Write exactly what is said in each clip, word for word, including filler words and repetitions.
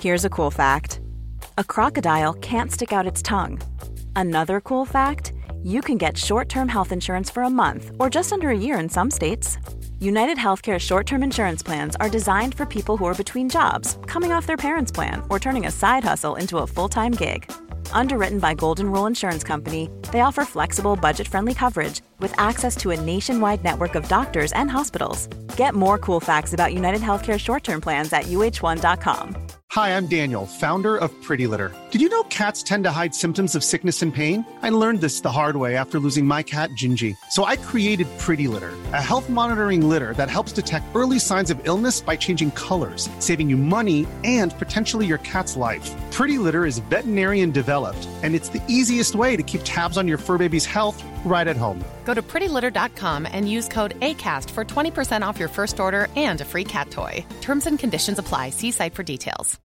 Here's a cool fact. A crocodile can't stick out its tongue. Another cool fact, you can get short-term health insurance for a month or just under a year in some states. United Healthcare short-term insurance plans are designed for people who are between jobs, coming off their parents' plan, or turning a side hustle into a full-time gig. Underwritten by Golden Rule Insurance Company, they offer flexible, budget-friendly coverage with access to a nationwide network of doctors and hospitals. Get more cool facts about United Healthcare short-term plans at U H one dot com. Hi, I'm Daniel, founder of Pretty Litter. Did you know cats tend to hide symptoms of sickness and pain? I learned this the hard way after losing my cat, Gingy. So I created Pretty Litter, a health monitoring litter that helps detect early signs of illness by changing colors, saving you money and potentially your cat's life. Pretty Litter is veterinarian developed, and it's the easiest way to keep tabs on your fur baby's health right at home. Go to pretty litter dot com and use code ACAST for twenty percent off your first order and a free cat toy. Terms and conditions apply. See site for details.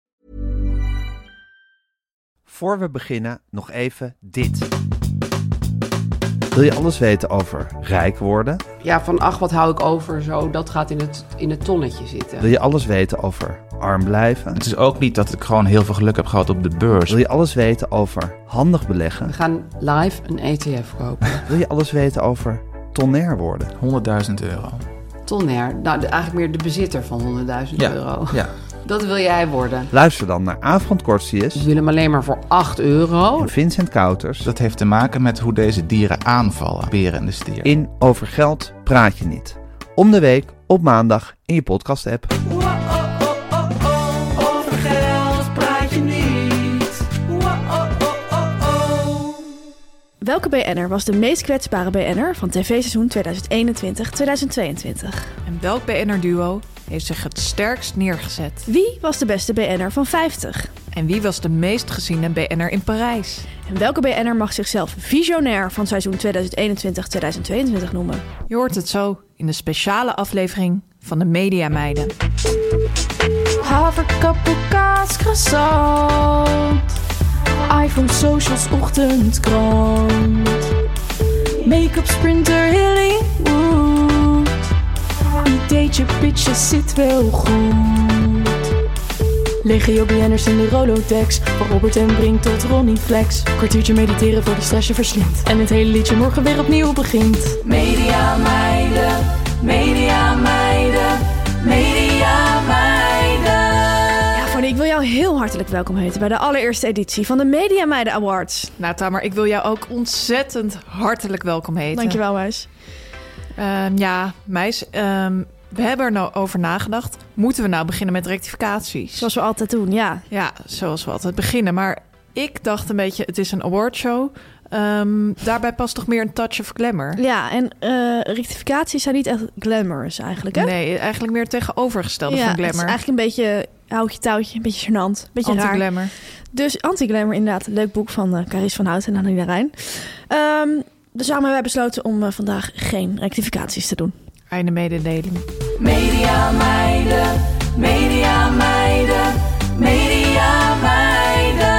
Voor we beginnen, nog even dit. Wil je alles weten over rijk worden? Ja, van ach, wat hou ik over, zo, dat gaat in het, in het tonnetje zitten. Wil je alles weten over arm blijven? Het is ook niet dat ik gewoon heel veel geluk heb gehad op de beurs. Wil je alles weten over handig beleggen? We gaan live een E T F kopen. Wil je alles weten over tonair worden? honderdduizend euro. Tonair, nou de, eigenlijk meer de bezitter van honderdduizend Ja, euro. ja. Dat wil jij worden. Luister dan naar Aafbrand Kortsius. We willen hem alleen maar voor acht euro. En Vincent Kouters. Dat heeft te maken met hoe deze dieren aanvallen, beren en de stier. In Over Geld praat je niet. Om de week op maandag in je podcast-app. Wow, oh, oh, oh, oh. Over geld praat je niet. Wow, oh, oh, oh, oh. Welke B N'er was de meest kwetsbare B N'er van tv-seizoen tweeduizend eenentwintig tweeduizend tweeëntwintig? En welk B N'er-duo heeft zich het sterkst neergezet? Wie was de beste B N'er van vijftig? En wie was de meest geziene B N'er in Parijs? En welke B N'er mag zichzelf visionair van seizoen tweeduizend eenentwintig tweeduizend tweeëntwintig noemen? Je hoort het zo in de speciale aflevering van de Media Meiden. Haverkappel, kaas, croissant. iPhone, socials, ochtendkrant. Make-up, sprinter, Hollywood. Ideetje, pitjes, zit wel goed. Legio B N'ers in de Rolodex. Van Robert en Brink tot Ronnie Flex. Kwartiertje mediteren voor de stress je verslindt. En het hele liedje morgen weer opnieuw begint. Media Meiden, Media Meiden, Media Meiden. Ja, Fanny, ik wil jou heel hartelijk welkom heten bij de allereerste editie van de Media Meiden Awards. Nou, Tamer, ik wil jou ook ontzettend hartelijk welkom heten. Dankjewel, Meis. Um, ja, Meis, um, we hebben er nou over nagedacht. Moeten we nou beginnen met rectificaties? Zoals we altijd doen, ja. Ja, zoals we altijd beginnen. Maar ik dacht een beetje, het is een awardshow. Um, daarbij past toch meer een touch of glamour? Ja, en uh, rectificaties zijn niet echt glamorous eigenlijk, hè? Nee, eigenlijk meer het tegenovergestelde ja, van glamour. het is eigenlijk een beetje houtje touwtje, een beetje gênant, een beetje raar. Anti-glamour. Dus anti-glamour, inderdaad. Leuk boek van uh, Carice van Houten en Annie Rijn. Um, dus samen hebben wij besloten om uh, vandaag geen rectificaties te doen. Einde mededeling. Media Meiden, Media Meiden, Media Meiden.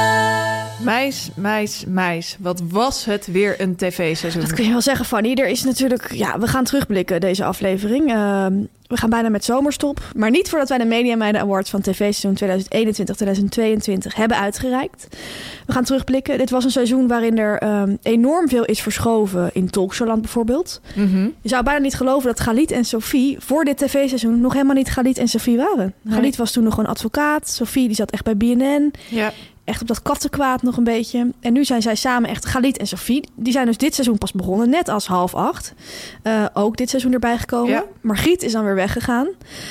Meis, meis, meis. Wat was het weer een tv-seizoen? Dat kun je wel zeggen, Fanny. Er is natuurlijk... Ja, we gaan terugblikken deze aflevering. Uh, we gaan bijna met zomerstop. Maar niet voordat wij de Media Meiden Awards van tv-seizoen tweeduizend eenentwintig tweeduizend tweeëntwintig hebben uitgereikt. We gaan terugblikken. Dit was een seizoen waarin er um, enorm veel is verschoven in Talkshowland bijvoorbeeld. Mm-hmm. Je zou bijna niet geloven dat Galit en Sophie voor dit tv-seizoen nog helemaal niet Galit en Sophie waren. Nee. Galit was toen nog gewoon advocaat. Sophie die zat echt bij B N N. Ja. Echt op dat kattenkwaad nog een beetje. En nu zijn zij samen echt Galit en Sophie. Die zijn dus dit seizoen pas begonnen, net als half acht. Uh, ook dit seizoen erbij gekomen. Ja. Margriet is dan weer weggegaan.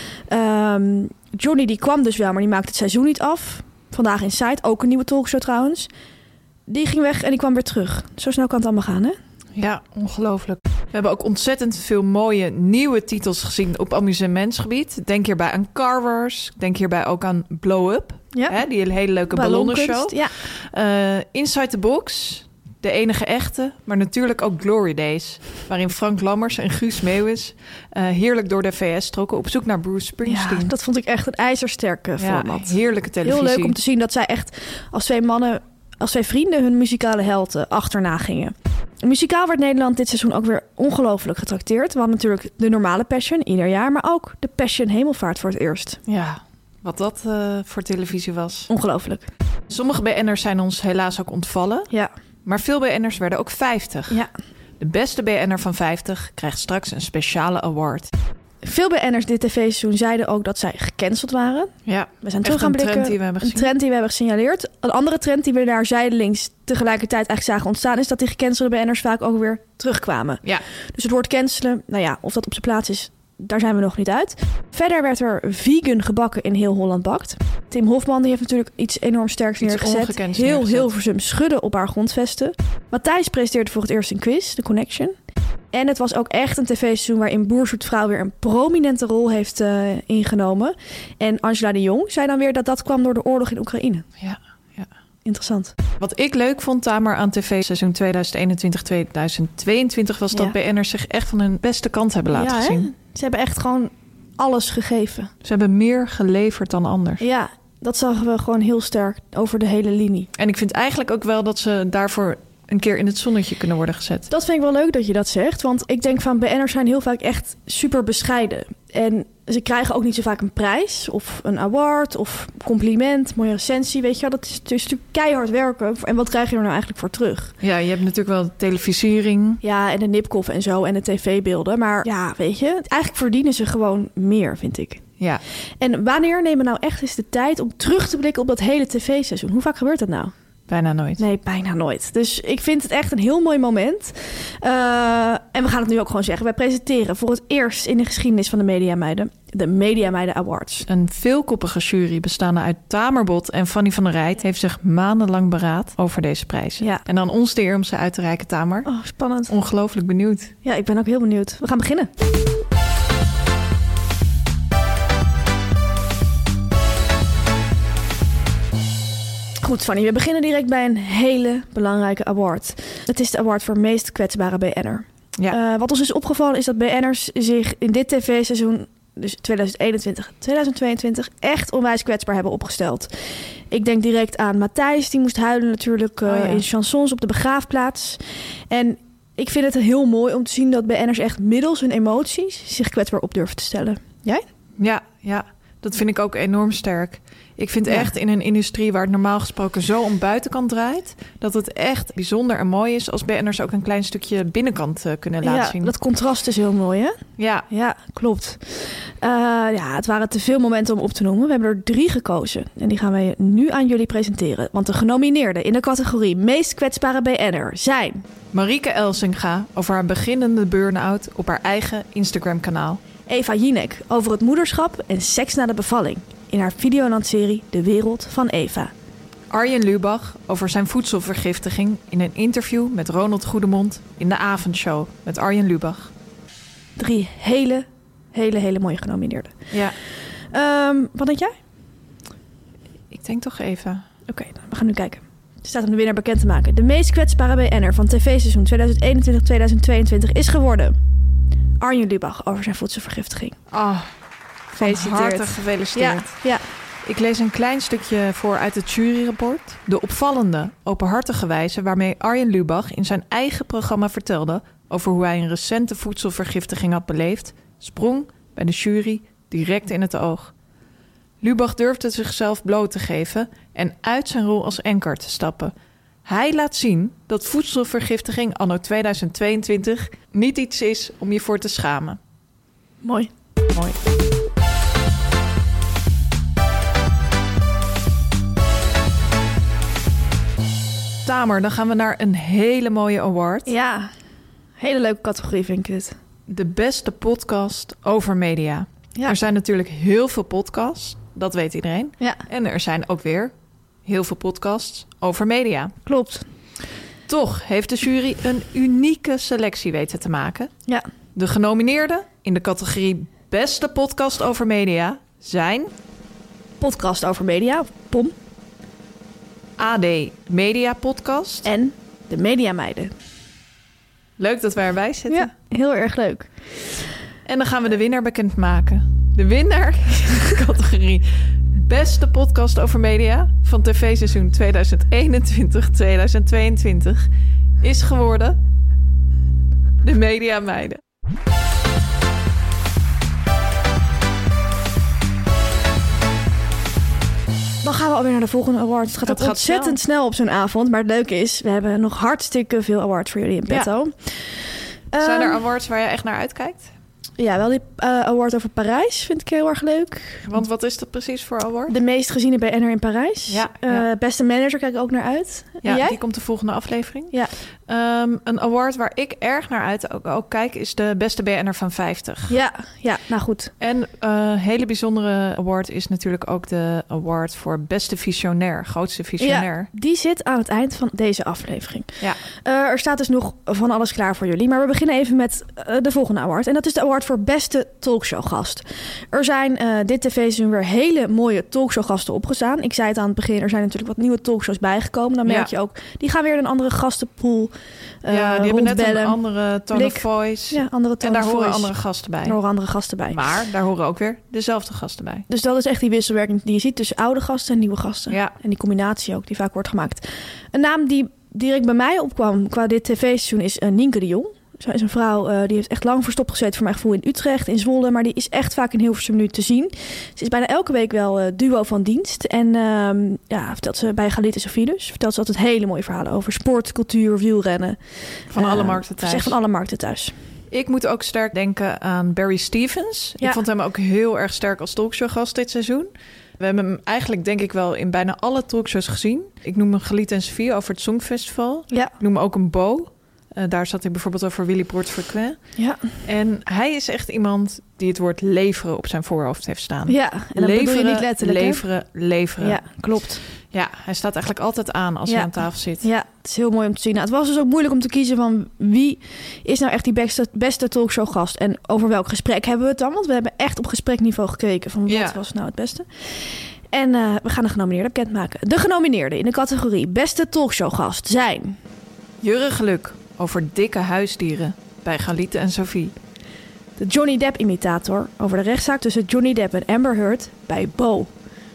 Um, Johnny die kwam dus wel, maar die maakte het seizoen niet af. Vandaag in Site, ook een nieuwe talkshow trouwens. Die ging weg en die kwam weer terug. Zo snel kan het allemaal gaan, hè? Ja, ongelooflijk. We hebben ook ontzettend veel mooie nieuwe titels gezien op amusementsgebied. Denk hierbij aan Car Wars. Denk hierbij ook aan Blow Up. Ja. Hè, die hele leuke ballonnenshow. Ja. Uh, Inside the Box. De enige echte. Maar natuurlijk ook Glory Days. Waarin Frank Lammers en Guus Meeuwis uh, heerlijk door de V S trokken op zoek naar Bruce Springsteen. Ja, dat vond ik echt een ijzersterke format. Ja, heerlijke televisie. Heel leuk om te zien dat zij echt als twee mannen, als twee vrienden hun muzikale helden achterna gingen. Muzikaal werd Nederland dit seizoen ook weer ongelooflijk getrakteerd. We hadden natuurlijk de normale Passion ieder jaar, maar ook de Passion Hemelvaart voor het eerst. Ja, Wat dat uh, voor televisie was. Ongelooflijk. Sommige B N'ers zijn ons helaas ook ontvallen. Ja. Maar veel B N'ers werden ook vijftig. Ja. De beste B N'er van vijftig krijgt straks een speciale award. Veel B N'ers dit tv-seizoen zeiden ook dat zij gecanceld waren. Ja, we zijn terug gaan blikken. Een trend die we hebben gezien. Een trend die we hebben gesignaleerd. Een andere trend die we daar zijdelings tegelijkertijd eigenlijk zagen ontstaan... is dat die gecancelde B N'ers vaak ook weer terugkwamen. Ja. Dus het woord cancelen, nou ja, of dat op zijn plaats is... daar zijn we nog niet uit. Verder werd er vegan gebakken in Heel Holland Bakt. Tim Hofman die heeft natuurlijk iets enorm sterks iets neergezet. Heel neergezet. Hilversum schudden op haar grondvesten. Matthijs presenteerde voor het eerst een quiz, The Connection. En het was ook echt een tv-seizoen waarin Boer Zoekt Vrouw weer een prominente rol heeft uh, ingenomen. En Angela de Jong zei dan weer dat dat kwam door de oorlog in Oekraïne. Ja, ja. Interessant. Wat ik leuk vond, Tamer, aan tv-seizoen tweeduizend eenentwintig tweeduizend tweeëntwintig... was dat ja. B N'ers zich echt van hun beste kant hebben laten ja, zien. Hè? Ze hebben echt gewoon alles gegeven. Ze hebben meer geleverd dan anders. Ja, dat zagen we gewoon heel sterk over de hele linie. En ik vind eigenlijk ook wel dat ze daarvoor een keer in het zonnetje kunnen worden gezet. Dat vind ik wel leuk dat je dat zegt. Want ik denk van B N'ers zijn heel vaak echt super bescheiden. En ze krijgen ook niet zo vaak een prijs of een award of compliment, mooie recensie. Weet je wel, dat is, het is natuurlijk keihard werken. En wat krijg je er nou eigenlijk voor terug? Ja, je hebt natuurlijk wel de televisiering. Ja, en de nipkoff en zo en de tv-beelden. Maar ja, weet je, eigenlijk verdienen ze gewoon meer, vind ik. Ja. En wanneer nemen we nou echt eens de tijd om terug te blikken op dat hele tv-seizoen? Hoe vaak gebeurt dat nou? Bijna nooit. Nee, bijna nooit. Dus ik vind het echt een heel mooi moment. Uh, en we gaan het nu ook gewoon zeggen. Wij presenteren voor het eerst in de geschiedenis van de Mediameiden de Mediameiden Awards. Een veelkoppige jury bestaande uit Tamer Bot en Fanny van der Rijt heeft zich maandenlang beraad over deze prijzen. Ja. En dan ons de eer om ze uit te reiken, Tamer. Oh, spannend. Ongelooflijk benieuwd. Ja, ik ben ook heel benieuwd. We gaan beginnen. Goed, Fanny, we beginnen direct bij een hele belangrijke award. Het is de award voor meest kwetsbare B N'er. Ja. Uh, wat ons is opgevallen is dat B N'ers zich in dit tv-seizoen, dus tweeduizend eenentwintig tweeduizend tweeëntwintig, echt onwijs kwetsbaar hebben opgesteld. Ik denk direct aan Matthijs, die moest huilen natuurlijk uh, oh, ja. in chansons op de begraafplaats. En ik vind het heel mooi om te zien dat B N'ers echt middels hun emoties zich kwetsbaar op durven te stellen. Jij? Ja, ja. Dat vind ik ook enorm sterk. Ik vind ja. echt in een industrie waar het normaal gesproken zo om buitenkant draait, dat het echt bijzonder en mooi is als B N'ers ook een klein stukje binnenkant uh, kunnen laten ja, zien. Dat contrast is heel mooi, hè? Ja. Ja, klopt. Uh, ja, het waren te veel momenten om op te noemen. We hebben er drie gekozen. En die gaan wij nu aan jullie presenteren. Want de genomineerden in de categorie meest kwetsbare B N'er zijn Marieke Elsinga over haar beginnende burn-out op haar eigen Instagram-kanaal. Eva Jinek over het moederschap en seks na de bevalling in haar videolandserie De Wereld van Eva. Arjen Lubach over zijn voedselvergiftiging in een interview met Ronald Goedemond in de avondshow met Arjen Lubach. Drie hele, hele, hele mooie genomineerden. Ja. Um, wat denk jij? Ik denk toch Eva. Oké, okay, we gaan nu kijken. Het staat om de winnaar bekend te maken. De meest kwetsbare B N'er van tv-seizoen tweeduizend eenentwintig tweeduizend tweeëntwintig is geworden Arjen Lubach over zijn voedselvergiftiging. Oh, gefeliciteerd. Hartelijk gefeliciteerd. Ja, ja. Ik lees een klein stukje voor uit het juryrapport. De opvallende, openhartige wijze waarmee Arjen Lubach in zijn eigen programma vertelde over hoe hij een recente voedselvergiftiging had beleefd, sprong bij de jury direct in het oog. Lubach durfde zichzelf bloot te geven en uit zijn rol als anker te stappen. Hij laat zien dat voedselvergiftiging anno tweeduizend tweeëntwintig niet iets is om je voor te schamen. Mooi. Mooi. Tamer, dan gaan we naar een hele mooie award. Ja, hele leuke categorie vind ik het. De beste podcast over media. Ja. Er zijn natuurlijk heel veel podcasts, dat weet iedereen. Ja. En er zijn ook weer heel veel podcasts over media. Klopt. Toch heeft de jury een unieke selectie weten te maken. Ja. De genomineerden in de categorie beste podcast over media zijn Podcast over media, P O M. A D Media Podcast. En de Mediameiden. Leuk dat wij erbij zitten. Ja, heel erg leuk. En dan gaan we de winnaar bekendmaken. De winnaar in de categorie beste podcast over media van tv-seizoen tweeduizend eenentwintig tweeduizend tweeëntwintig is geworden de Mediameiden. dan gaan we alweer naar de volgende award. Het gaat Het ook gaat ontzettend snel. snel op zo'n avond. Maar het leuke is, we hebben nog hartstikke veel awards voor jullie in petto. Ja. Zijn er Um, awards waar je echt naar uitkijkt? Ja, wel die uh, award over Parijs vind ik heel erg leuk. Want wat is dat precies voor award? De meest geziene B N'er in Parijs. Ja, Uh, ja. Beste manager kijk ik ook naar uit. En Ja, jij? die komt de volgende aflevering. Ja. Um, een award waar ik erg naar uit ook, ook kijk... is de beste B N'er van vijftig. Ja, ja, nou goed. En een uh, hele bijzondere award is natuurlijk ook de award... voor beste visionair, grootste visionair. Ja, die zit aan het eind van deze aflevering. Ja. Uh, er staat dus nog van alles klaar voor jullie. Maar we beginnen even met uh, de volgende award. En dat is de award voor beste talkshowgast. Er zijn uh, dit tv-seizoen weer hele mooie talkshowgasten opgestaan. Ik zei het aan het begin, er zijn natuurlijk wat nieuwe talkshows bijgekomen. Dan merk Ja. je ook, die gaan weer in een andere gastenpool uh, ja, die hebben net rondbellen. een andere tone Blik. of voice. Ja, andere tone en daar of horen voice. andere gasten bij. Er horen andere gasten bij. Maar daar horen ook weer dezelfde gasten bij. Dus dat is echt die wisselwerking die je ziet tussen oude gasten en nieuwe gasten. Ja. En die combinatie ook, die vaak wordt gemaakt. Een naam die direct bij mij opkwam qua dit tv-seizoen is uh, Nienke de Jong. Zij is een vrouw uh, die heeft echt lang verstopt gezeten voor mijn gevoel in Utrecht, in Zwolle. Maar die is echt vaak in Hilversum nu te zien. Ze is bijna elke week wel uh, duo van dienst. En uh, ja, vertelt ze bij Galit en Sophie dus. Vertelt ze altijd hele mooie verhalen over sport, cultuur, wielrennen. Van Uh, alle markten thuis. Zeg van alle markten thuis. Ik moet ook sterk denken aan Barry Stevens. Ja. Ik vond hem ook heel erg sterk als talkshowgast dit seizoen. We hebben hem eigenlijk denk ik wel in bijna alle talkshows gezien. Ik noem hem Galit en Sophie over het Songfestival. Ja. Ik noem hem ook een Bo. Uh, daar zat hij bijvoorbeeld over Willy Porte-Frequent. Ja. En hij is echt iemand die het woord leveren op zijn voorhoofd heeft staan. Ja, en dat leveren, bedoel je niet letterlijk. hè? leveren, leveren. Ja, klopt. Ja, hij staat eigenlijk altijd aan als Ja. hij aan tafel zit. Ja, het is heel mooi om te zien. Nou, het was dus ook moeilijk om te kiezen van wie is nou echt die beste, beste talkshowgast en over welk gesprek hebben we het dan? Want we hebben echt op gesprekniveau gekeken van wat Ja. was nou het beste. En uh, we gaan de genomineerden bekendmaken. De genomineerden in de categorie beste talkshowgast zijn Jurre Geluk over dikke huisdieren bij Galit en Sophie. de Johnny Depp-imitator over de rechtszaak tussen Johnny Depp en Amber Heard bij Bo.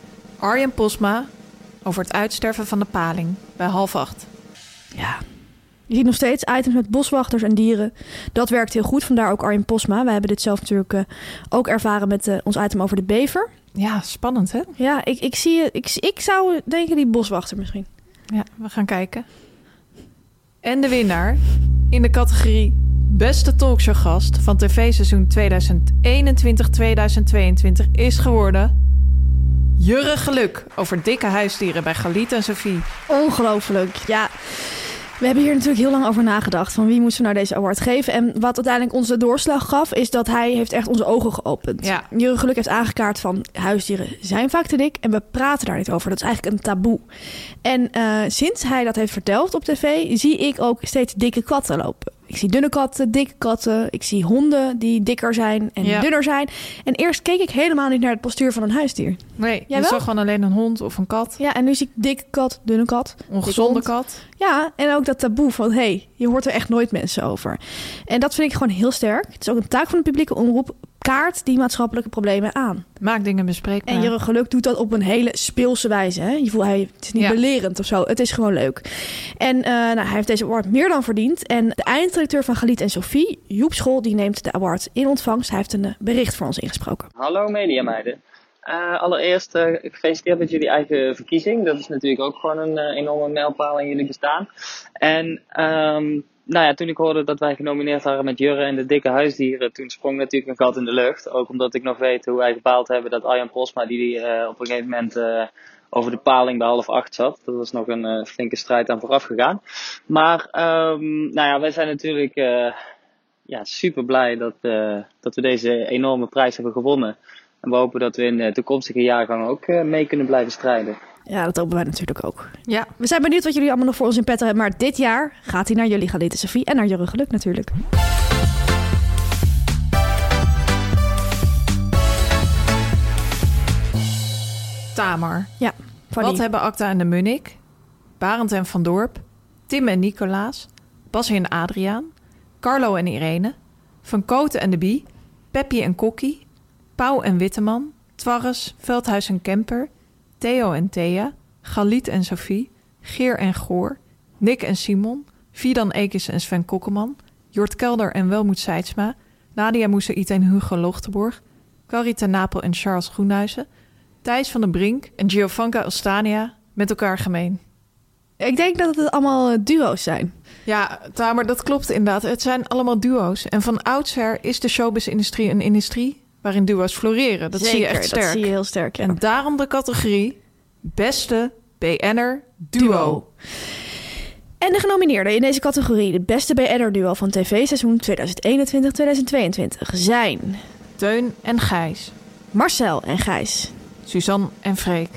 Arjen Posma over het uitsterven van de paling bij half acht. Ja. Je ziet nog steeds items met boswachters en dieren. Dat werkt heel goed, vandaar ook Arjen Posma. Wij hebben dit zelf natuurlijk uh, ook ervaren met uh, ons item over de bever. Ja, spannend hè? Ja, ik, ik zie het. Ik, ik zou denken die boswachter misschien. Ja, we gaan kijken. En de winnaar in de categorie beste talkshowgast van tv-seizoen tweeduizend eenentwintig tweeduizend tweeëntwintig is geworden Jurre Geluk over dikke huisdieren bij Galit en Sophie. Ongelooflijk, ja. We hebben hier natuurlijk heel lang over nagedacht van wie moeten we nou deze award geven. En wat uiteindelijk onze doorslag gaf, is dat hij heeft echt onze ogen geopend. Ja. Jurre Geluk heeft aangekaart van huisdieren zijn vaak te dik en we praten daar niet over. Dat is eigenlijk een taboe. En uh, sinds hij dat heeft verteld op tv, zie ik ook steeds dikke katten lopen. Ik zie dunne katten, dikke katten. Ik zie honden die dikker zijn en Ja. dunner zijn. En eerst keek ik helemaal niet naar het postuur van een huisdier. Nee, Jij je wel? zag gewoon alleen een hond of een kat. Ja, en nu zie ik dikke kat, dunne kat. Ongezonde dikke hond. kat. Ja, en ook dat taboe van, hé, hey, je hoort er echt nooit mensen over. En dat vind ik gewoon heel sterk. Het is ook een taak van de publieke omroep. Kaart die maatschappelijke problemen aan. Maak dingen bespreekbaar. En Jurre Geluk doet dat op een hele speelse wijze. Hè? Je voelt, hij, het is niet Ja. belerend of zo. Het is gewoon leuk. En uh, nou, hij heeft deze award meer dan verdiend. En de eindredacteur van Galit en Sophie, Joep School, die neemt de award in ontvangst. Hij heeft een uh, bericht voor ons ingesproken. Hallo mediameiden. Uh, allereerst uh, gefeliciteerd met jullie eigen verkiezing. Dat is natuurlijk ook gewoon een uh, enorme mijlpaal in jullie bestaan. En um, nou ja, toen ik hoorde dat wij genomineerd waren met Jurre en de dikke huisdieren, toen sprong natuurlijk een gat in de lucht. Ook omdat ik nog weet hoe wij gebaald hebben dat Arjen Posma, die uh, op een gegeven moment uh, over de paling bij half acht zat. Dat was nog een uh, flinke strijd aan vooraf gegaan. Maar um, nou ja, wij zijn natuurlijk uh, ja, super blij dat, uh, dat we deze enorme prijs hebben gewonnen. En we hopen dat we in de toekomstige jaargangen ook uh, mee kunnen blijven strijden. Ja, dat hopen wij natuurlijk ook. Ja. We zijn benieuwd wat jullie allemaal nog voor ons in petto hebben. Maar dit jaar gaat hij naar jullie, Galit en Sophie. En naar Jurre Geluk natuurlijk. Tamar. Ja, van Wat die. hebben Acta en de Munnik, Barend en Van Dorp, Tim en Nicolaas, Bassie en Adriaan, Carlo en Irene, Van Kooten en de Bie, Peppy en Kokkie, Pauw en Witteman, Twarres, Veldhuis en Kemper, Theo en Thea, Galit en Sophie, Geer en Goor, Nick en Simon, Fidan Ekes en Sven Kokkeman, Jort Kelder en Welmoed Seidsma, Nadia Moussaïd en Hugo Lochtenborg, Carrie ten Napel en Charles Groenhuizen, Thijs van den Brink en Giovanka Ostania met elkaar gemeen? Ik denk dat het allemaal duo's zijn. Ja, Tamer, dat klopt inderdaad. Het zijn allemaal duo's. En van oudsher is de showbiz-industrie een industrie waarin duo's floreren. Dat Zeker, zie je echt sterk. dat zie je heel sterk, ja. En daarom de categorie beste B N'er duo. duo. En de genomineerden in deze categorie, de beste B N'er duo van tv-seizoen tweeduizend eenentwintig tweeduizend tweeëntwintig, zijn... Teun en Gijs. Marcel en Gijs. Suzanne en Freek.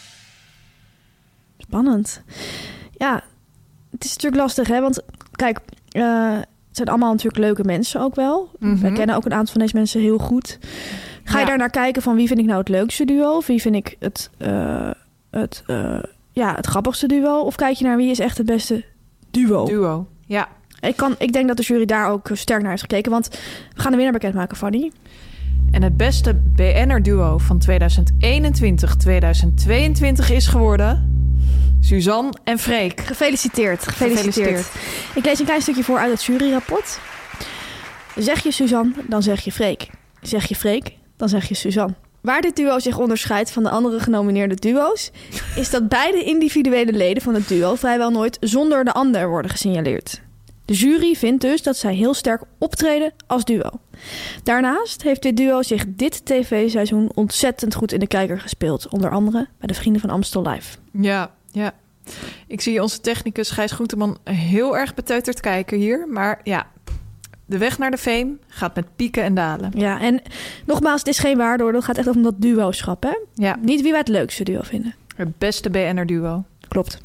Spannend. Ja, het is natuurlijk lastig, hè? Want kijk, uh, het zijn allemaal natuurlijk leuke mensen ook wel. Mm-hmm. Wij kennen ook een aantal van deze mensen heel goed. Ga je ja. daar naar kijken van wie vind ik nou het leukste duo? Of wie vind ik het, uh, het, uh, ja, het grappigste duo? Of kijk je naar wie is echt het beste duo? Duo, ja. Ik, kan, ik denk dat de jury daar ook sterk naar heeft gekeken. Want we gaan de winnaar bekendmaken, Fanny. En het beste B N'er duo van tweeduizend eenentwintig tweeduizend tweeëntwintig is geworden... Suzanne en Freek. Gefeliciteerd, gefeliciteerd. gefeliciteerd. Ik lees een klein stukje voor uit het juryrapport. Zeg je Suzanne, dan zeg je Freek. Zeg je Freek, dan zeg je Suzanne. Waar dit duo zich onderscheidt van de andere genomineerde duo's... is dat beide individuele leden van het duo vrijwel nooit zonder de ander worden gesignaleerd. De jury vindt dus dat zij heel sterk optreden als duo. Daarnaast heeft dit duo zich dit tv-seizoen ontzettend goed in de kijker gespeeld. Onder andere bij de Vrienden van Amstel Live. Ja, ja. Ik zie onze technicus Gijs Groenteman heel erg beteuterd kijken hier. Maar ja, de weg naar de fame gaat met pieken en dalen. Ja, en nogmaals, het is geen waardeoordeel. Het gaat echt om dat duo-schap, hè? Ja. Niet wie wij het leukste duo vinden. Het beste B N'er duo. Klopt.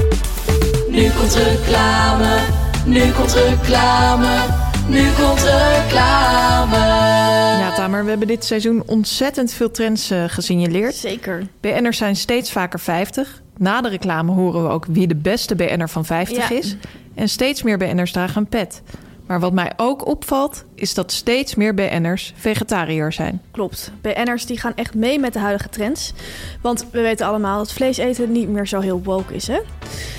Nu komt reclame. Nu komt reclame, nu komt reclame. Ja, Tamer, we hebben dit seizoen ontzettend veel trends uh, gesignaleerd. Zeker. B N'ers zijn steeds vaker vijftig. Na de reclame horen we ook wie de beste B N'er van vijftig ja. is. En steeds meer B N'ers dragen een pet. Maar wat mij ook opvalt, is dat steeds meer B N'ers vegetariër zijn. Klopt. B N'ers die gaan echt mee met de huidige trends. Want we weten allemaal dat vlees eten niet meer zo heel woke is, hè?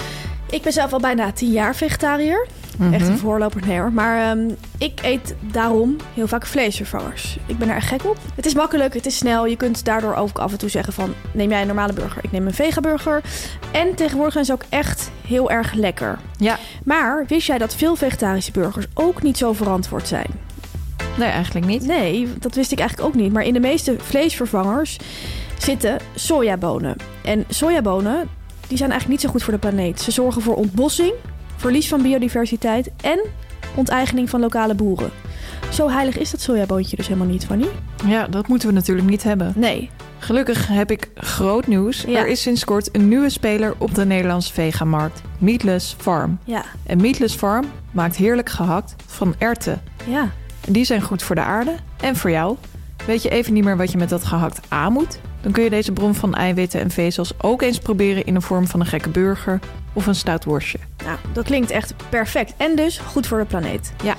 Ik ben zelf al bijna tien jaar vegetariër. Mm-hmm. Echt een voorloper, nee hoor. Maar um, ik eet daarom heel vaak vleesvervangers. Ik ben er echt gek op. Het is makkelijk, het is snel. Je kunt daardoor ook af en toe zeggen van... neem jij een normale burger, ik neem een vegaburger. En tegenwoordig zijn ze ook echt heel erg lekker. Ja. Maar wist jij dat veel vegetarische burgers ook niet zo verantwoord zijn? Nee, eigenlijk niet. Nee, dat wist ik eigenlijk ook niet. Maar in de meeste vleesvervangers zitten sojabonen. En sojabonen... die zijn eigenlijk niet zo goed voor de planeet. Ze zorgen voor ontbossing, verlies van biodiversiteit en onteigening van lokale boeren. Zo heilig is dat sojaboontje dus helemaal niet, Fanny. Ja, dat moeten we natuurlijk niet hebben. Nee. Gelukkig heb ik groot nieuws. Ja. Er is sinds kort een nieuwe speler op de Nederlandse vegamarkt. Meatless Farm. Ja. En Meatless Farm maakt heerlijk gehakt van erwten. Ja. En die zijn goed voor de aarde en voor jou. Weet je even niet meer wat je met dat gehakt aan moet? Dan kun je deze bron van eiwitten en vezels ook eens proberen in de vorm van een gekke burger of een stout worstje. Nou, dat klinkt echt perfect. En dus goed voor de planeet. Ja.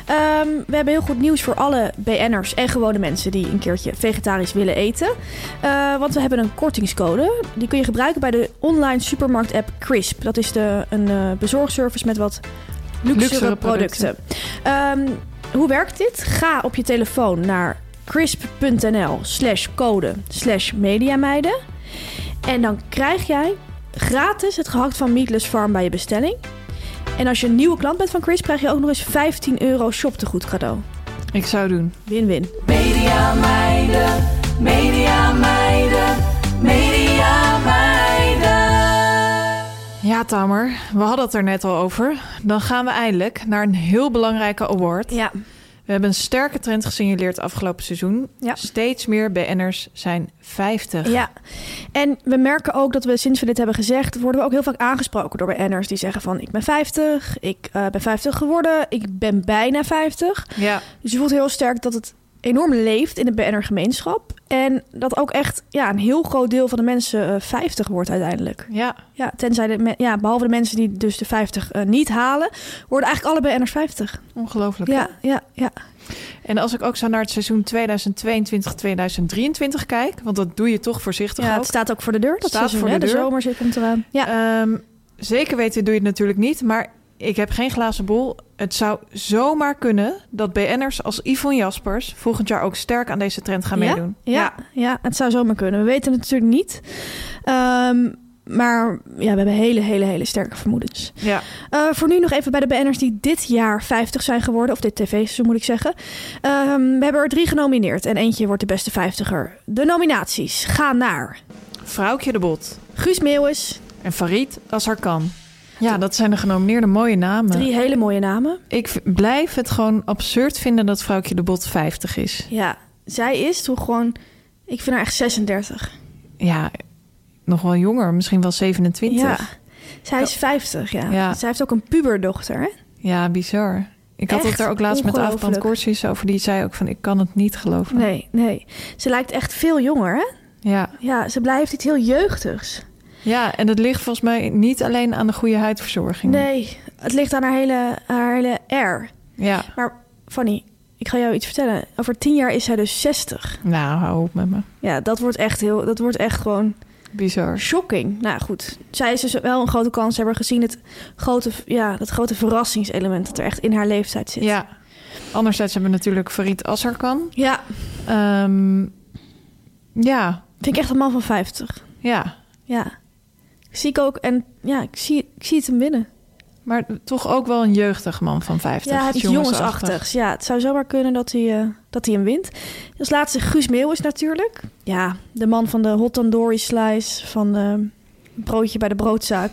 Um, we hebben heel goed nieuws voor alle B N'ers en gewone mensen die een keertje vegetarisch willen eten. Uh, want we hebben een kortingscode. Die kun je gebruiken bij de online supermarkt-app Crisp. Dat is de, een uh, bezorgservice met wat luxere, luxere producten. producten. Um, hoe werkt dit? Ga op je telefoon naar crisp.nl slash code slash mediameiden. En dan krijg jij gratis het gehakt van Meatless Farm bij je bestelling. En als je een nieuwe klant bent van Crisp, krijg je ook nog eens vijftien euro shoptegoed cadeau. Ik zou doen. Win-win. Media meiden, media meiden, media meiden. Ja, Tamer, we hadden het er net al over. Dan gaan we eindelijk naar een heel belangrijke award. Ja. We hebben een sterke trend gesignaleerd afgelopen seizoen. Ja. Steeds meer B N'ers zijn vijftig. Ja, en we merken ook dat we sinds we dit hebben gezegd... worden we ook heel vaak aangesproken door B N'ers die zeggen van... ik ben vijftig, ik uh, ben vijftig geworden, ik ben bijna vijftig. Ja. Dus je voelt heel sterk dat het enorm leeft in de B N'er-gemeenschap. En dat ook echt ja, een heel groot deel van de mensen uh, vijftig wordt uiteindelijk. Ja. Ja, tenzij de me- ja, behalve de mensen die dus de vijftig uh, niet halen... worden eigenlijk alle B N'ers vijftig. Ongelooflijk. Ja, ja, ja. En als ik ook zo naar het seizoen tweeduizend tweeëntwintig tweeduizend drieëntwintig kijk... want dat doe je toch voorzichtig ja, ook. Het staat ook voor de deur. Dat staat seizoen, voor hè? de deur. De zomer zit komt eraan. Ja. Um, zeker weten doe je het natuurlijk niet, maar... ik heb geen glazen bol. Het zou zomaar kunnen dat B N'ers als Yvonne Jaspers volgend jaar ook sterk aan deze trend gaan ja? meedoen. Ja, ja. ja, het zou zomaar kunnen. We weten het natuurlijk niet. Um, maar ja, we hebben hele, hele, hele sterke vermoedens. Ja. Uh, voor nu nog even bij de B N'ers die dit jaar vijftig zijn geworden. Of dit tv-seizoen moet ik zeggen. Um, we hebben er drie genomineerd. En eentje wordt de beste vijftiger. De nominaties gaan naar... Vrouwtje de Bot. Guus Meeuwis. En Farid Azarkan. Ja, dat zijn de genomineerde mooie namen. Drie hele mooie namen. Ik v- blijf het gewoon absurd vinden dat Vrouwtje de Bot vijftig is. Ja, zij is toch gewoon... Ik vind haar echt zesendertig. Ja, nog wel jonger. Misschien wel zevenentwintig. Ja, zij is vijftig, ja. ja. Zij heeft ook een puberdochter, hè? Ja, bizar. Ik had echt het er ook laatst met Aafbrand Koortjes over. Die zei ook van, ik kan het niet geloven. Nee, nee. Ze lijkt echt veel jonger, hè? Ja. Ja, ze blijft iets heel jeugdigs. Ja, en het ligt volgens mij niet alleen aan de goede huidverzorging. Nee, het ligt aan haar hele, haar hele air. Ja. Maar Fanny, ik ga jou iets vertellen. Over tien jaar is zij dus zestig. Nou, hou op met me. Ja, dat wordt echt heel, dat wordt echt gewoon... Bizar. Shocking. Nou goed, zij is dus wel een grote kans. Hebben gezien het grote, ja, dat grote verrassingselement dat er echt in haar leeftijd zit. Ja. Anderzijds hebben we natuurlijk Farid Azarkan. Ja. Um, ja. Vind ik echt een man van vijftig. Ja. Ja. Zie ik ook. En ja, ik zie, ik zie het hem winnen. Maar toch ook wel een jeugdig man van vijftig. Ja, het is jongensachtig. Ja, het zou zomaar kunnen dat hij, uh, dat hij hem wint. Als laatste Guus Meeuwis natuurlijk. Ja, de man van de hot tandoori slice, van uh, broodje bij de broodzaak.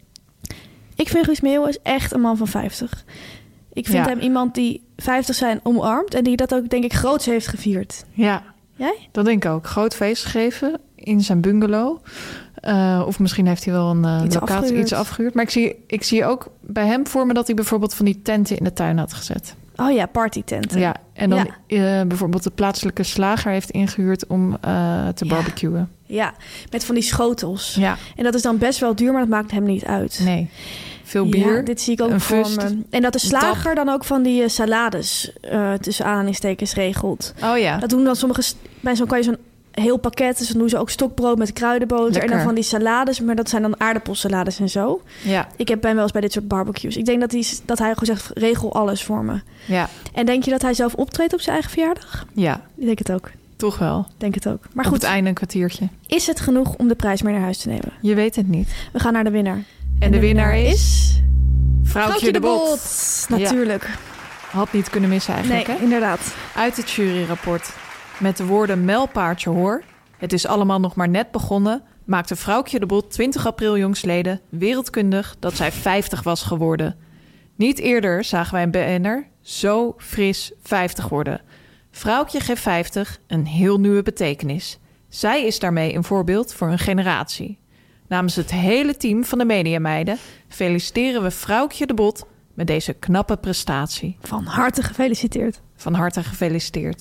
Ik vind Guus Meeuwis echt een man van vijftig. Ik vind ja. hem iemand die vijftig zijn omarmt en die dat ook, denk ik, groots heeft gevierd. Ja. Jij? Dat denk ik ook. Groot feest gegeven in zijn bungalow. Uh, of misschien heeft hij wel een uh, iets locatie afgehuurd. iets afgehuurd. Maar ik zie, ik zie ook bij hem voor me dat hij bijvoorbeeld van die tenten in de tuin had gezet. Oh ja, partytenten. Ja, en dan ja. Uh, bijvoorbeeld de plaatselijke slager heeft ingehuurd om uh, te barbecuen. Ja. ja, met van die schotels. Ja. En dat is dan best wel duur, maar dat maakt hem niet uit. Nee. Veel bier. Ja, dit zie ik ook voor me. En dat de slager dan ook van die uh, salades uh, tussen aanhalingstekens regelt. Oh ja. Dat doen dan sommige... Bij zo'n kan je zo'n heel pakket, dus dan doen ze ook stokbrood met kruidenboter. Lekker. En dan van die salades, maar dat zijn dan aardappelsalades en zo. Ja. Ik heb ben wel eens bij dit soort barbecues. Ik denk dat, die, dat hij gewoon zegt, regel alles voor me. Ja. En denk je dat hij zelf optreedt op zijn eigen verjaardag? Ja. Ik denk het ook. Toch wel. Denk het ook. Maar op goed. het einde een kwartiertje. Is het genoeg om de prijs mee naar huis te nemen? Je weet het niet. We gaan naar de winnaar. En, en de, de winnaar, winnaar is... Vrouwtje, Vrouwtje de Bot. Bot. Natuurlijk. Ja. Had niet kunnen missen eigenlijk, nee, hè? Inderdaad. Uit het juryrapport. Met de woorden mijlpaardje hoor. Het is allemaal nog maar net begonnen. Maakte Vrouwtje de Bot twintig april jongstleden wereldkundig dat zij vijftig was geworden. Niet eerder zagen wij een B N'er zo fris vijftig worden. Vrouwtje geeft vijftig een heel nieuwe betekenis. Zij is daarmee een voorbeeld voor een generatie. Namens het hele team van de Mediameiden feliciteren we Vrouwtje de Bot met deze knappe prestatie. Van harte gefeliciteerd. Van harte gefeliciteerd.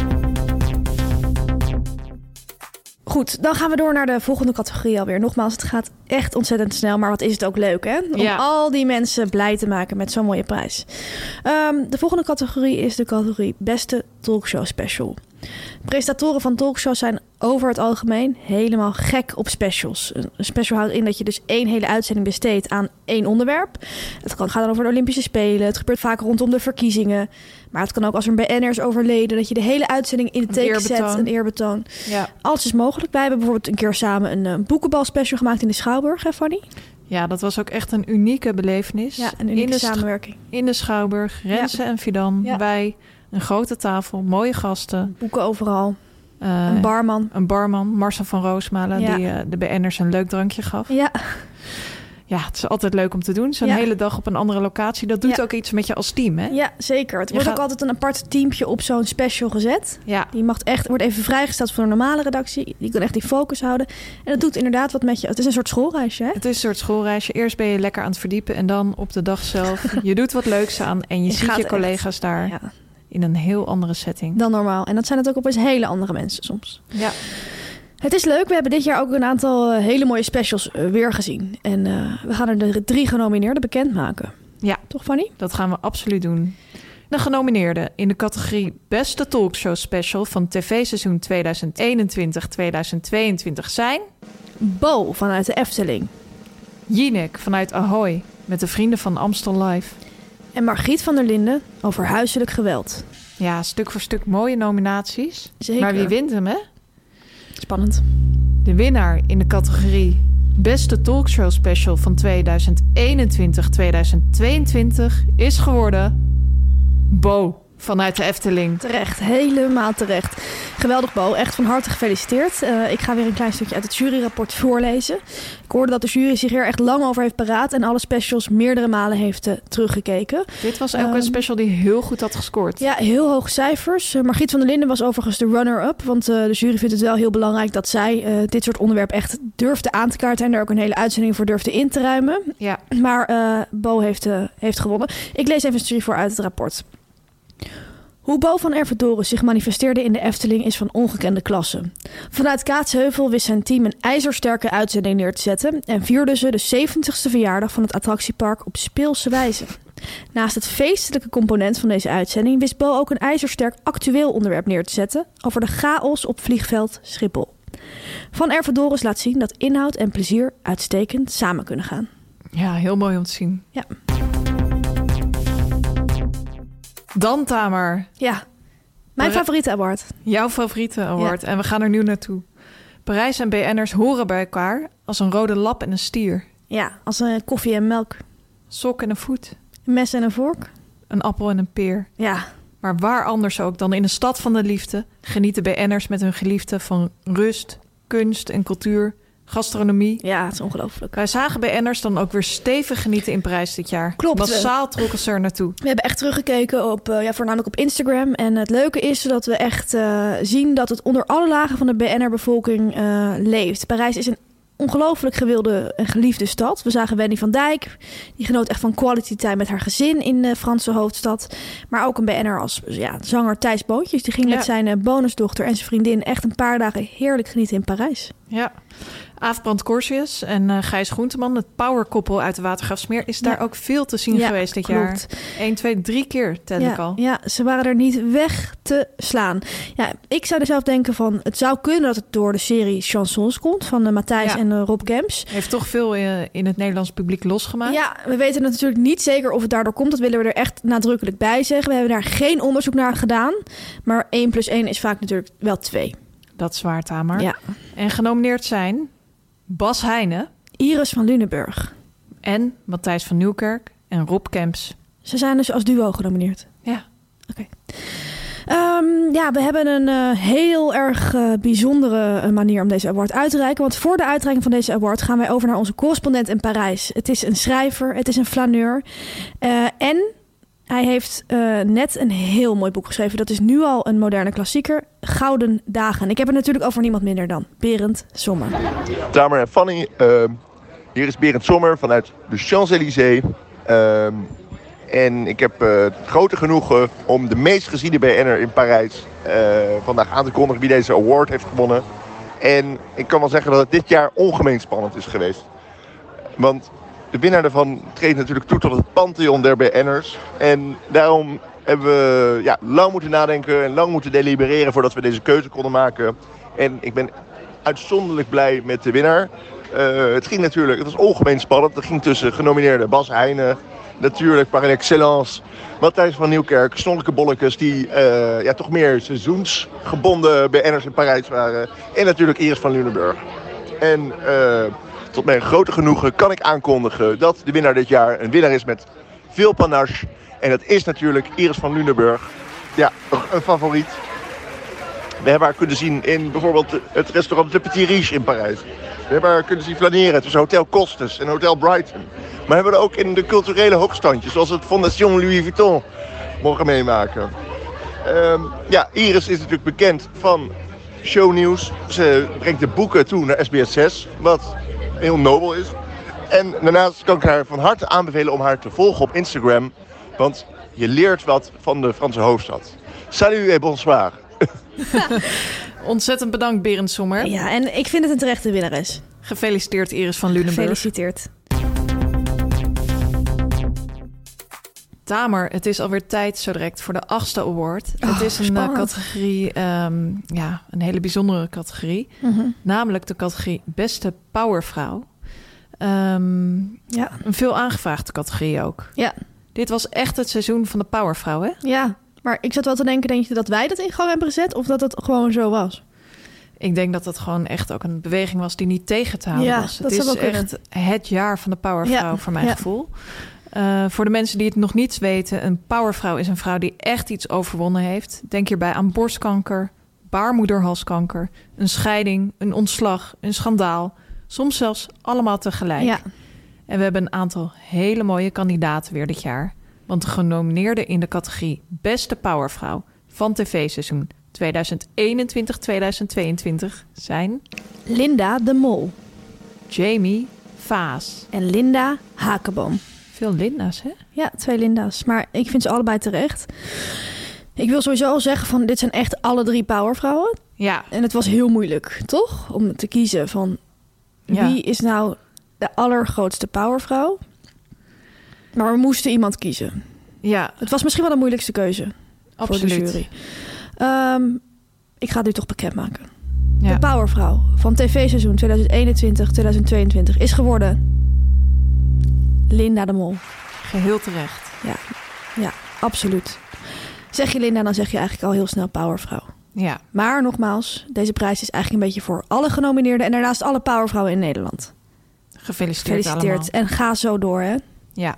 Goed, dan gaan we door naar de volgende categorie alweer. Nogmaals, het gaat echt ontzettend snel, maar wat is het ook leuk, hè? Om ja. al die mensen blij te maken met zo'n mooie prijs. Um, de volgende categorie is de categorie Beste Talkshow Special. Presentatoren van talkshows zijn over het algemeen helemaal gek op specials. Een special houdt in dat je dus één hele uitzending besteedt aan één onderwerp. Het kan, gaat dan over de Olympische Spelen. Het gebeurt vaak rondom de verkiezingen. Maar het kan ook als er een B N R is overleden, dat je de hele uitzending in het teken zet. Een eerbetoon. Ja. Alles is mogelijk. Wij hebben bijvoorbeeld een keer samen een, een boekenbal-special gemaakt in de Schouwburg, hè Fanny? Ja, dat was ook echt een unieke belevenis. Ja, een unieke in de samenwerking. Sch- in de Schouwburg, Renze ja. en Fidan, ja. wij... Een grote tafel, mooie gasten. Boeken overal. Uh, een barman. Een barman, Marcel van Roosmalen, ja. die uh, de B N'ers een leuk drankje gaf. Ja. Ja, het is altijd leuk om te doen. Zo'n ja. hele dag op een andere locatie. Dat doet ja. ook iets met je als team, hè? Ja, zeker. Het wordt je ook gaat... altijd een apart teampje op zo'n special gezet. Ja. Die mag echt, wordt even vrijgesteld voor een normale redactie. Die kan echt die focus houden. En dat doet inderdaad wat met je. Het is een soort schoolreisje, hè? Het is een soort schoolreisje. Eerst ben je lekker aan het verdiepen. En dan op de dag zelf. Je doet wat leuks aan. En je, je ziet je collega's echt... daar. Ja. In een heel andere setting. Dan normaal. En dat zijn het ook opeens hele andere mensen soms. Ja. Het is leuk. We hebben dit jaar ook een aantal uh, hele mooie specials uh, weer gezien. En uh, we gaan er de drie genomineerden bekendmaken. Ja. Toch, Fanny? Dat gaan we absoluut doen. De genomineerden in de categorie Beste Talkshow Special van tv-seizoen tweeduizend eenentwintig tweeduizend tweeëntwintig zijn... Bo vanuit de Efteling. Jinek vanuit Ahoy. met de Vrienden van Amstel Live. En Margriet van der Linden over huiselijk geweld. Ja, stuk voor stuk mooie nominaties. Zeker. Maar wie wint hem, hè? Spannend. De winnaar in de categorie Beste Talkshow Special van tweeduizend eenentwintig tweeduizend tweeëntwintig is geworden Bo vanuit de Efteling. Terecht, helemaal terecht. Geweldig, Bo. Echt van harte gefeliciteerd. Uh, ik ga weer een klein stukje uit het juryrapport voorlezen. Ik hoorde dat de jury zich hier echt lang over heeft paraat en alle specials meerdere malen heeft uh, teruggekeken. Dit was ook um, een special die heel goed had gescoord. Ja, heel hoge cijfers. Uh, Margriet van der Linden was overigens de runner-up, want uh, de jury vindt het wel heel belangrijk dat zij uh, dit soort onderwerpen echt durfde aan te kaarten en er ook een hele uitzending voor durfde in te ruimen. Ja. Maar uh, Bo heeft, uh, heeft gewonnen. Ik lees even een stukje voor uit het rapport. Hoe Bo van Ervedoren zich manifesteerde in de Efteling is van ongekende klasse. Vanuit Kaatsheuvel wist zijn team een ijzersterke uitzending neer te zetten en vierden ze de zeventigste verjaardag van het attractiepark op speelse wijze. Naast het feestelijke component van deze uitzending wist Bo ook een ijzersterk actueel onderwerp neer te zetten over de chaos op vliegveld Schiphol. Van Ervedorens laat zien dat inhoud en plezier uitstekend samen kunnen gaan. Ja, heel mooi om te zien. Ja. Dan, Tamer. Ja, mijn Pari- favoriete award. Jouw favoriete award. Ja. En we gaan er nu naartoe. Parijs en B N'ers horen bij elkaar als een rode lap en een stier. Ja, als een koffie en melk. Sok en een voet. Een mes en een vork. Een appel en een peer. Ja. Maar waar anders ook dan in de stad van de liefde genieten B N'ers met hun geliefden van rust, kunst en cultuur, gastronomie. Ja, het is ongelooflijk. Wij zagen B N'ers dan ook weer stevig genieten in Parijs dit jaar. Klopt. Massaal trokken ze er naartoe. We hebben echt teruggekeken op, uh, ja, voornamelijk op Instagram. En het leuke is dat we echt uh, zien dat het onder alle lagen van de B N'er-bevolking uh, leeft. Parijs is een ongelooflijk gewilde en geliefde stad. We zagen Wendy van Dijk. Die genoot echt van quality time met haar gezin in de Franse hoofdstad. Maar ook een B N'er als ja, zanger Thijs Boontjes. Die ging Ja. met zijn uh, bonusdochter en zijn vriendin echt een paar dagen heerlijk genieten in Parijs. Ja. Aafbrand Corsius en uh, Gijs Groenteman, het powerkoppel uit de Watergraafsmeer, is daar Ja. ook veel te zien Ja, geweest dit klopt. jaar. Eén, twee, drie keer tel ik Ja, al. ja, ze waren er niet weg te slaan. Ja, ik zou er zelf denken van, het zou kunnen dat het door de serie Chansons komt van uh, Matthijs Ja. en uh, Rob Kemps. Heeft toch veel uh, in het Nederlands publiek losgemaakt. Ja, we weten natuurlijk niet zeker of het daardoor komt. Dat willen we er echt nadrukkelijk bij zeggen. We hebben daar geen onderzoek naar gedaan. Maar één plus één is vaak natuurlijk wel twee. Dat is waar, Tamer. Ja. En genomineerd zijn Bas Heijnen Iris van Lunenburg. en Matthijs van Nieuwkerk en Rob Kemps. Ze zijn dus als duo genomineerd. Ja. Oké. Um, ja, we hebben een uh, heel erg uh, bijzondere uh, manier om deze award uit te reiken. Want voor de uitreiking van deze award gaan wij over naar onze correspondent in Parijs. Het is een schrijver, het is een flaneur. Uh, en hij heeft uh, net een heel mooi boek geschreven. Dat is nu al een moderne klassieker, Gouden Dagen. Ik heb het natuurlijk over niemand minder dan Berend Sommer. Tamer en Fanny, uh, hier is Berend Sommer vanuit de Champs-Élysées. Uh, en ik heb uh, het grote genoegen om de meest geziene B N'er in Parijs uh, vandaag aan te kondigen wie deze award heeft gewonnen. En ik kan wel zeggen dat het dit jaar ongemeen spannend is geweest. Want de winnaar daarvan treedt natuurlijk toe tot het pantheon der B N'ers. En daarom hebben we ja, lang moeten nadenken en lang moeten delibereren voordat we deze keuze konden maken. En ik ben uitzonderlijk blij met de winnaar. Uh, het ging natuurlijk, het was ongemeen spannend. Het ging tussen genomineerde Bas Heijnen, natuurlijk par excellence Matthijs van Nieuwkerk, Snolleke Bollekes, die uh, ja, toch meer seizoensgebonden B N'ers in Parijs waren. En natuurlijk Iris van Lunenburg. En uh, tot mijn grote genoegen kan ik aankondigen dat de winnaar dit jaar een winnaar is met veel panache. En dat is natuurlijk Iris van Lunenburg. Ja, een favoriet. We hebben haar kunnen zien in bijvoorbeeld het restaurant Le Petit Riche in Parijs. We hebben haar kunnen zien flaneren tussen Hotel Costes en Hotel Brighton. Maar we hebben er ook in de culturele hoogstandjes, zoals het Fondation Louis Vuitton, mogen meemaken. Um, ja, Iris is natuurlijk bekend van shownieuws. Ze brengt de boeken toe naar S B S zes, wat heel nobel is. En daarnaast kan ik haar van harte aanbevelen om haar te volgen op Instagram. Want je leert wat van de Franse hoofdstad. Salut et bonsoir. Ontzettend bedankt, Berend Sommer. Ja, en ik vind het een terechte winnares. Gefeliciteerd, Iris van Lunenburg. Gefeliciteerd. Tamer, het is alweer tijd zo direct voor de achtste award. Oh, het is een spannend. uh, categorie, um, ja, een hele bijzondere categorie. Mm-hmm. Namelijk de categorie Beste Powervrouw. Um, Ja. Een veel aangevraagde categorie ook. Ja. Dit was echt het seizoen van de powervrouw, hè? Ja, maar ik zat wel te denken, denk je dat wij dat in gang hebben gezet of dat het gewoon zo was? Ik denk dat het gewoon echt ook een beweging was die niet tegen te houden ja, was. Dat het is zou wel echt het jaar van de powervrouw, ja, voor mijn ja. gevoel. Uh, voor de mensen die het nog niet weten, een powervrouw is een vrouw die echt iets overwonnen heeft. Denk hierbij aan borstkanker, baarmoederhalskanker, een scheiding, een ontslag, een schandaal. Soms zelfs allemaal tegelijk. Ja. En we hebben een aantal hele mooie kandidaten weer dit jaar. Want de genomineerden in de categorie Beste Powervrouw van tv-seizoen tweeduizend eenentwintig tweeduizend tweeëntwintig zijn... Linda de Mol. Jamie Vaas. En Linda Hakenboom. Veel Linda's, hè? Ja, twee Linda's. Maar ik vind ze allebei terecht. Ik wil sowieso al zeggen van dit zijn echt alle drie powervrouwen. Ja. En het was heel moeilijk, toch? Om te kiezen van ja. wie is nou de allergrootste powervrouw. Maar we moesten iemand kiezen. Ja. Het was misschien wel de moeilijkste keuze. Absoluut. Voor de jury. Um, ik ga het nu toch bekendmaken. Ja. De powervrouw van tv-seizoen tweeduizend eenentwintig tweeduizend tweeëntwintig is geworden Linda de Mol. Geheel terecht. Ja, ja, absoluut. Zeg je Linda, dan zeg je eigenlijk al heel snel powervrouw. Ja. Maar nogmaals, deze prijs is eigenlijk een beetje voor alle genomineerden en daarnaast alle powervrouwen in Nederland. Gefeliciteerd, Gefeliciteerd allemaal. en ga zo door, hè? Ja.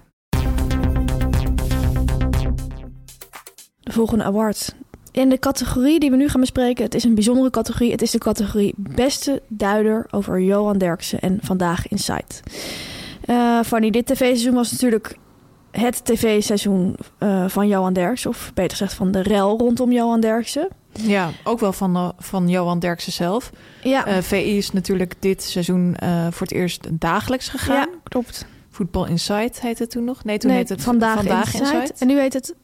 De volgende award. In de categorie die we nu gaan bespreken, het is een bijzondere categorie. Het is de categorie Beste Duider over Johan Derksen en Vandaag in Sight. Uh, Fanny, dit tv-seizoen was natuurlijk het tv-seizoen uh, van Johan Derksen. Of beter gezegd van de rel rondom Johan Derksen. Ja, ook wel van, uh, van Johan Derksen zelf. Ja. Uh, V I is natuurlijk dit seizoen uh, voor het eerst dagelijks gegaan. Ja, klopt. Voetbal Insight heette het toen nog? Nee, toen nee, heette het Vandaag, Vandaag Insight. Insight. En nu heet het...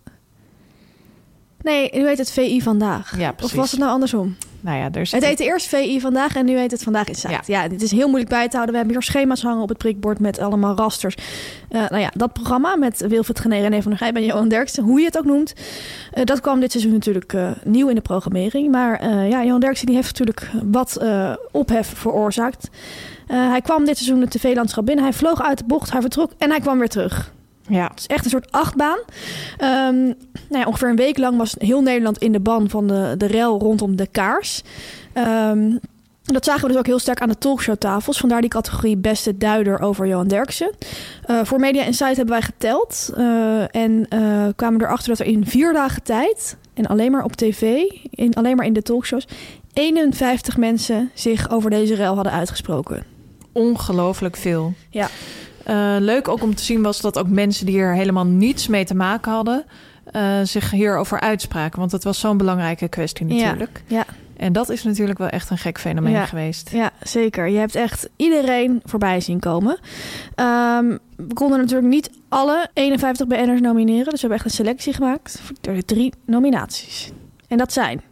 Nee, nu heet het V I Vandaag. Ja, precies. Of was het nou andersom? Nou ja, er het heette eerst V I Vandaag en nu heet het Vandaag Insight. Ja. ja, dit is heel moeilijk bij te houden. We hebben hier schema's hangen op het prikbord met allemaal rasters. Uh, nou ja, dat programma met Wilfried Gené, René van der Gijp en Johan Derksen, hoe je het ook noemt, uh, dat kwam dit seizoen natuurlijk uh, nieuw in de programmering. Maar uh, ja, Johan Derksen die heeft natuurlijk wat uh, ophef veroorzaakt. Uh, hij kwam dit seizoen het tv-landschap binnen. Hij vloog uit de bocht, hij vertrok en hij kwam weer terug. Ja. Het is echt een soort achtbaan. Um, nou ja, ongeveer een week lang was heel Nederland in de ban van de, de rel rondom de kaars. Um, dat zagen we dus ook heel sterk aan de talkshowtafels. Vandaar die categorie Beste Duider over Johan Derksen. Uh, voor Media Insight hebben wij geteld. Uh, en uh, kwamen erachter dat er in vier dagen tijd, en alleen maar op tv, in, alleen maar in de talkshows, eenenvijftig mensen zich over deze rel hadden uitgesproken. Ongelooflijk veel. Ja. Uh, leuk ook om te zien was dat ook mensen die hier helemaal niets mee te maken hadden, uh, zich hierover uitspraken. Want het was zo'n belangrijke kwestie natuurlijk. Ja, ja. En dat is natuurlijk wel echt een gek fenomeen ja, geweest. Ja, zeker. Je hebt echt iedereen voorbij zien komen. Um, we konden natuurlijk niet alle eenenvijftig B N'ers nomineren. Dus we hebben echt een selectie gemaakt. Er zijn drie nominaties. En dat zijn...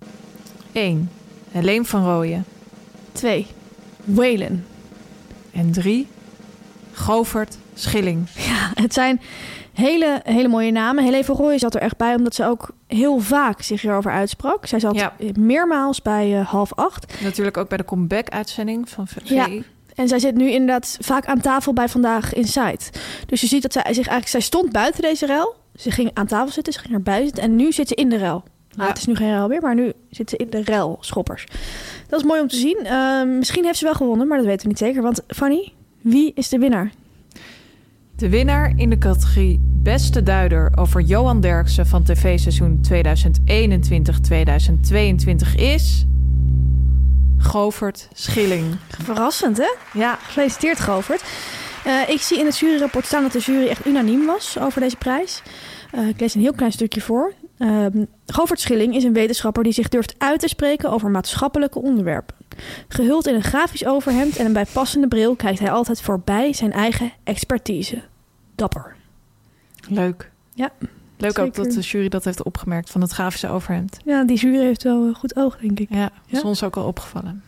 één. Helene van Rooyen. twee. Waylon. En drie. Govert Schilling. Ja, het zijn hele, hele mooie namen. Helene van Rooyen zat er echt bij, omdat ze ook heel vaak zich hierover uitsprak. Zij zat ja. meermaals bij uh, half acht. Natuurlijk ook bij de comeback-uitzending van V I. Ja, en zij zit nu inderdaad vaak aan tafel bij Vandaag Insight. Dus je ziet dat zij zich eigenlijk... Zij stond buiten deze rel. Ze ging aan tafel zitten, ze ging erbij zitten. En nu zit ze in de rel. Nou, ja. Het is nu geen rel meer, maar nu zit ze in de rel, schoppers. Dat is mooi om te zien. Uh, misschien heeft ze wel gewonnen, maar dat weten we niet zeker. Want Fanny, wie is de winnaar? De winnaar in de categorie Beste Duider over Johan Derksen van tv-seizoen tweeduizend eenentwintig tweeduizend tweeëntwintig is Govert Schilling. Verrassend, hè? Ja. Gefeliciteerd, Govert. Uh, ik zie in het juryrapport staan dat de jury echt unaniem was over deze prijs. Uh, ik lees een heel klein stukje voor. Uh, Govert Schilling is een wetenschapper die zich durft uit te spreken over maatschappelijke onderwerpen. Gehuld in een grafisch overhemd en een bijpassende bril kijkt hij altijd voorbij zijn eigen expertise. Dapper. Leuk. Ja. Leuk zeker. Ook dat de jury dat heeft opgemerkt van het grafische overhemd. Ja, die jury heeft wel een goed oog, denk ik. Ja, dat is ja? ons ook al opgevallen.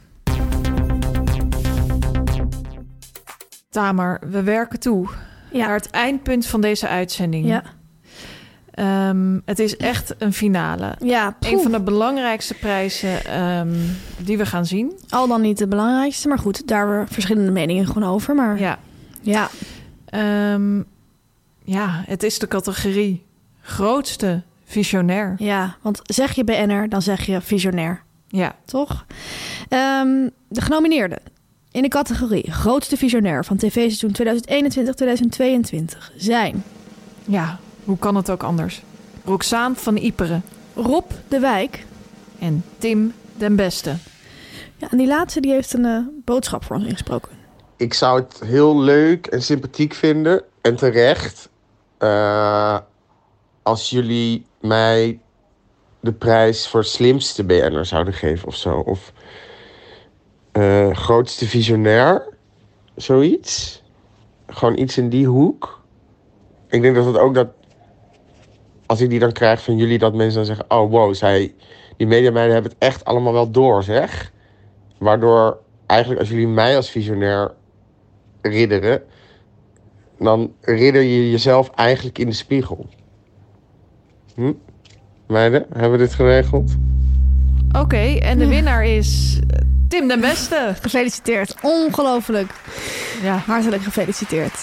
Tamer, we werken toe ja. naar het eindpunt van deze uitzending. Ja. Um, het is echt een finale. Ja, een van de belangrijkste prijzen um, die we gaan zien. Al dan niet de belangrijkste, maar goed, daar hebben we verschillende meningen gewoon over. Maar ja. ja. Um, ja, het is de categorie grootste visionair. Ja, want zeg je B N R, dan zeg je visionair. Ja. Toch? Um, de genomineerden in de categorie grootste visionair van tv-seizoen tweeduizend eenentwintig tweeduizend tweeëntwintig zijn... Ja, hoe kan het ook anders? Roxaan van Iperen. Rob de Wijk. En Tim den Beste. Ja, en die laatste die heeft een uh, boodschap voor ons ingesproken. Ik zou het heel leuk en sympathiek vinden en terecht uh, als jullie mij de prijs voor slimste B N'er zouden geven of zo. Of uh, grootste visionair, zoiets. Gewoon iets in die hoek. Ik denk dat het ook dat, als ik die dan krijg van jullie, dat mensen dan zeggen, oh wow, zij, die mediameiden hebben het echt allemaal wel door, zeg. Waardoor eigenlijk als jullie mij als visionair ridderen, dan ridder je jezelf eigenlijk in de spiegel. Hm? Meiden, hebben we dit geregeld? Oké, okay, en de winnaar is Tim den Beste. Gefeliciteerd. Ongelooflijk. Ja, hartelijk gefeliciteerd.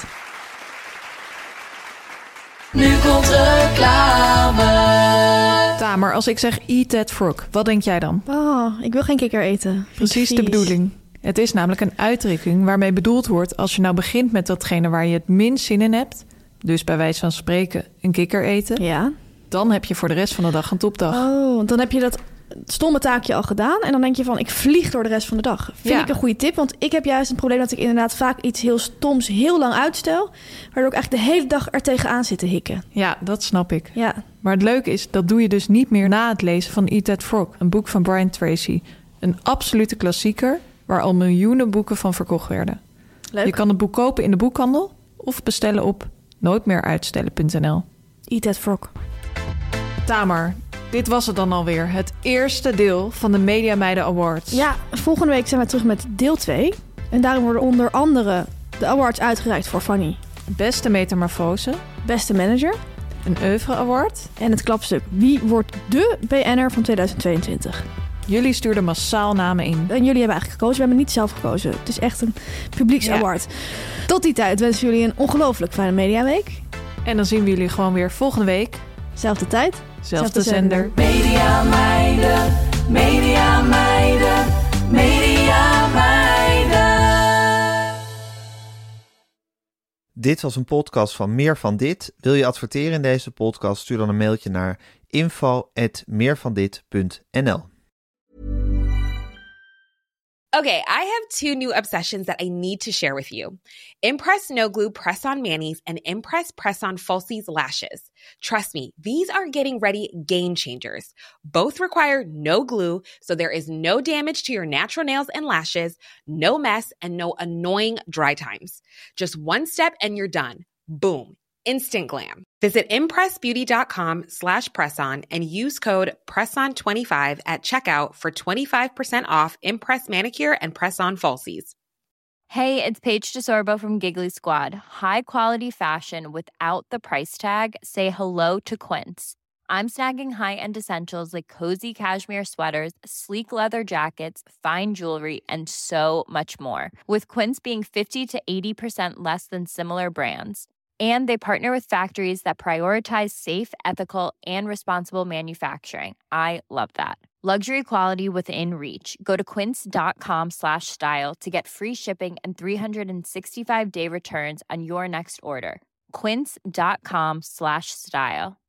Nu komt reclame. Tamer, als ik zeg eat that frog, wat denk jij dan? Oh, ik wil geen kikker eten. Precies de bedoeling. Het is namelijk een uitdrukking waarmee bedoeld wordt als je nou begint met datgene waar je het minst zin in hebt, dus bij wijze van spreken een kikker eten, ja, dan heb je voor de rest van de dag een topdag. Oh, want dan heb je dat stomme taakje al gedaan en dan denk je van, ik vlieg door de rest van de dag. Vind ja. ik een goede tip, want ik heb juist een probleem dat ik inderdaad vaak iets heel stoms heel lang uitstel, waardoor ik eigenlijk de hele dag er tegenaan zit te hikken. Ja, dat snap ik. Ja. Maar het leuke is, dat doe je dus niet meer na het lezen van Eat That Frog, een boek van Brian Tracy. Een absolute klassieker waar al miljoenen boeken van verkocht werden. Leuk. Je kan het boek kopen in de boekhandel of bestellen op nooitmeeruitstellen punt n l. Eat That Frog. Tamer, dit was het dan alweer. Het eerste deel van de Media Meiden Awards. Ja, volgende week zijn we terug met deel twee. En daarin worden onder andere de awards uitgereikt voor Fanny. Beste metamorfose. Beste manager. Een oeuvre award. En het klapstuk Wie wordt de B N R van tweeduizend tweeëntwintig? Jullie stuurden massaal namen in. En jullie hebben eigenlijk gekozen. We hebben niet zelf gekozen. Het is echt een publieksaward. Ja. Tot die tijd wensen jullie een ongelooflijk fijne mediaweek. En dan zien we jullie gewoon weer volgende week. Zelfde tijd. Zelfde zender. Media Meiden, Media Meiden, Media Meiden. Dit was een podcast van Meer van Dit. Wil je adverteren in deze podcast? Stuur dan een mailtje naar info at meervandit punt n l. Okay, I have two new obsessions that I need to share with you. Impress No Glue Press-On Manis and Impress Press-On Falsies Lashes. Trust me, these are getting ready game changers. Both require no glue, so there is no damage to your natural nails and lashes, no mess, and no annoying dry times. Just one step and you're done. Boom. Instant glam. Visit impressbeauty.com slash presson and use code presson twenty-five at checkout for twenty-five percent off Impress Manicure and Press-On Falsies. Hey, it's Paige DeSorbo from Giggly Squad. High quality fashion without the price tag. Say hello to Quince. I'm snagging high-end essentials like cozy cashmere sweaters, sleek leather jackets, fine jewelry, and so much more. With Quince being fifty to eighty percent less than similar brands. And they partner with factories that prioritize safe, ethical, and responsible manufacturing. I love that. Luxury quality within reach. Go to quince.com slash style to get free shipping and three sixty-five day returns on your next order. Quince.com slash style.